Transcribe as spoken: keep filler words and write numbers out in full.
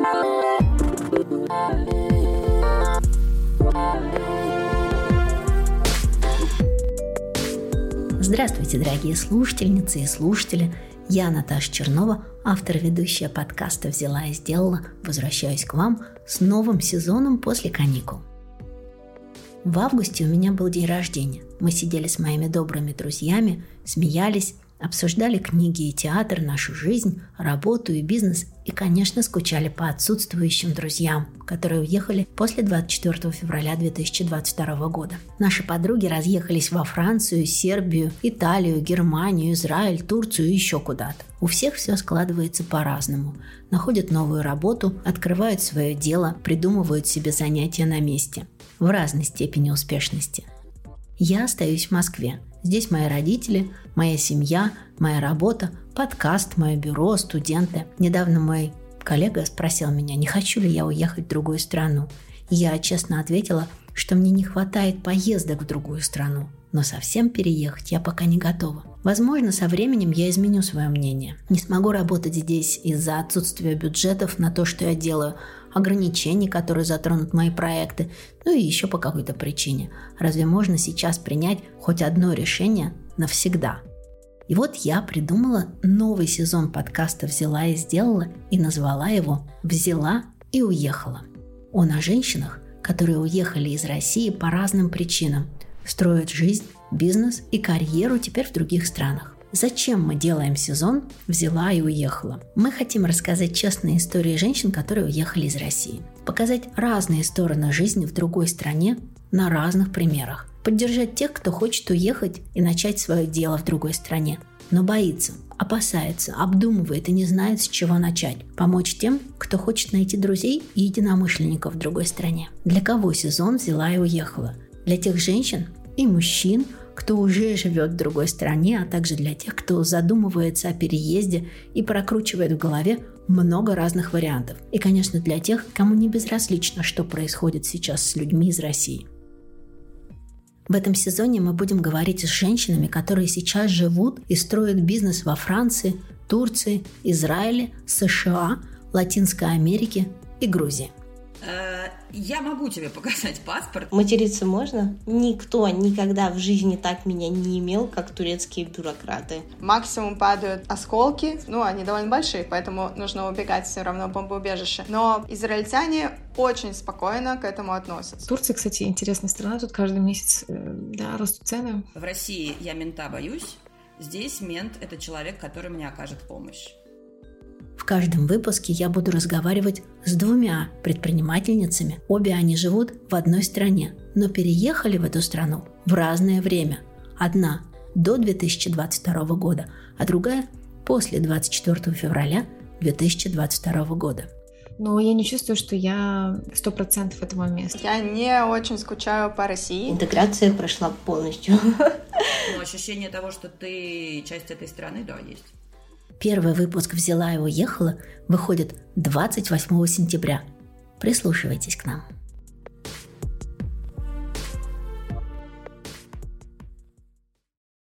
Здравствуйте, дорогие слушательницы и слушатели. Я Наташа Чернова, автор и ведущая подкаста «Взяла и сделала». Возвращаюсь к вам с новым сезоном после каникул. В августе у меня был день рождения. Мы сидели с моими добрыми друзьями, смеялись, обсуждали книги и театр, нашу жизнь, работу и бизнес и, конечно, скучали по отсутствующим друзьям, которые уехали после двадцать четвёртого февраля две тысячи двадцать второго года. Наши подруги разъехались во Францию, Сербию, Италию, Германию, Израиль, Турцию и еще куда-то. У всех все складывается по-разному. Находят новую работу, открывают свое дело, придумывают себе занятия на месте. В разной степени успешности. Я остаюсь в Москве. Здесь мои родители, моя семья, моя работа, подкаст, мое бюро, студенты. Недавно мой коллега спросил меня, не хочу ли я уехать в другую страну. Я честно ответила, что мне не хватает поездок в другую страну, но совсем переехать я пока не готова. Возможно, со временем я изменю свое мнение. Не смогу работать здесь из-за отсутствия бюджетов на то, что я делаю, ограничений, которые затронут мои проекты, ну и еще по какой-то причине. Разве можно сейчас принять хоть одно решение навсегда? И вот я придумала новый сезон подкаста «Взяла и сделала» и назвала его «Взяла и уехала». Он о женщинах, которые уехали из России по разным причинам, строят жизнь, бизнес и карьеру теперь в других странах. Зачем мы делаем сезон «Взяла и уехала»? Мы хотим рассказать честные истории женщин, которые уехали из России. Показать разные стороны жизни в другой стране на разных примерах. Поддержать тех, кто хочет уехать и начать свое дело в другой стране, но боится, опасается, обдумывает и не знает, с чего начать. Помочь тем, кто хочет найти друзей и единомышленников в другой стране. Для кого сезон «Взяла и уехала»? Для тех женщин и мужчин, кто уже живет в другой стране, а также для тех, кто задумывается о переезде и прокручивает в голове много разных вариантов. И, конечно, для тех, кому не безразлично, что происходит сейчас с людьми из России. В этом сезоне мы будем говорить с женщинами, которые сейчас живут и строят бизнес во Франции, Турции, Израиле, США, Латинской Америке и Грузии. Я могу тебе показать паспорт. Материться можно? Никто никогда в жизни так меня не имел, как турецкие бюрократы. Максимум падают осколки, ну, они довольно большие, поэтому нужно убегать все равно в бомбоубежище. Но израильтяне очень спокойно к этому относятся. Турция, кстати, интересная страна, тут каждый месяц да, растут цены. В России я мента боюсь, здесь мент – это человек, который мне окажет помощь. В каждом выпуске я буду разговаривать с двумя предпринимательницами. Обе они живут в одной стране, но переехали в эту страну в разное время. Одна до две тысячи двадцать второго года, а другая после двадцать четвёртого февраля две тысячи двадцать второго года. Но я не чувствую, что я сто процентов этого места. Я не очень скучаю по России. Интеграция прошла полностью. Но ощущение того, что ты часть этой страны, да, есть. Первый выпуск «Взяла и уехала» выходит двадцать восьмого сентября. Прислушивайтесь к нам.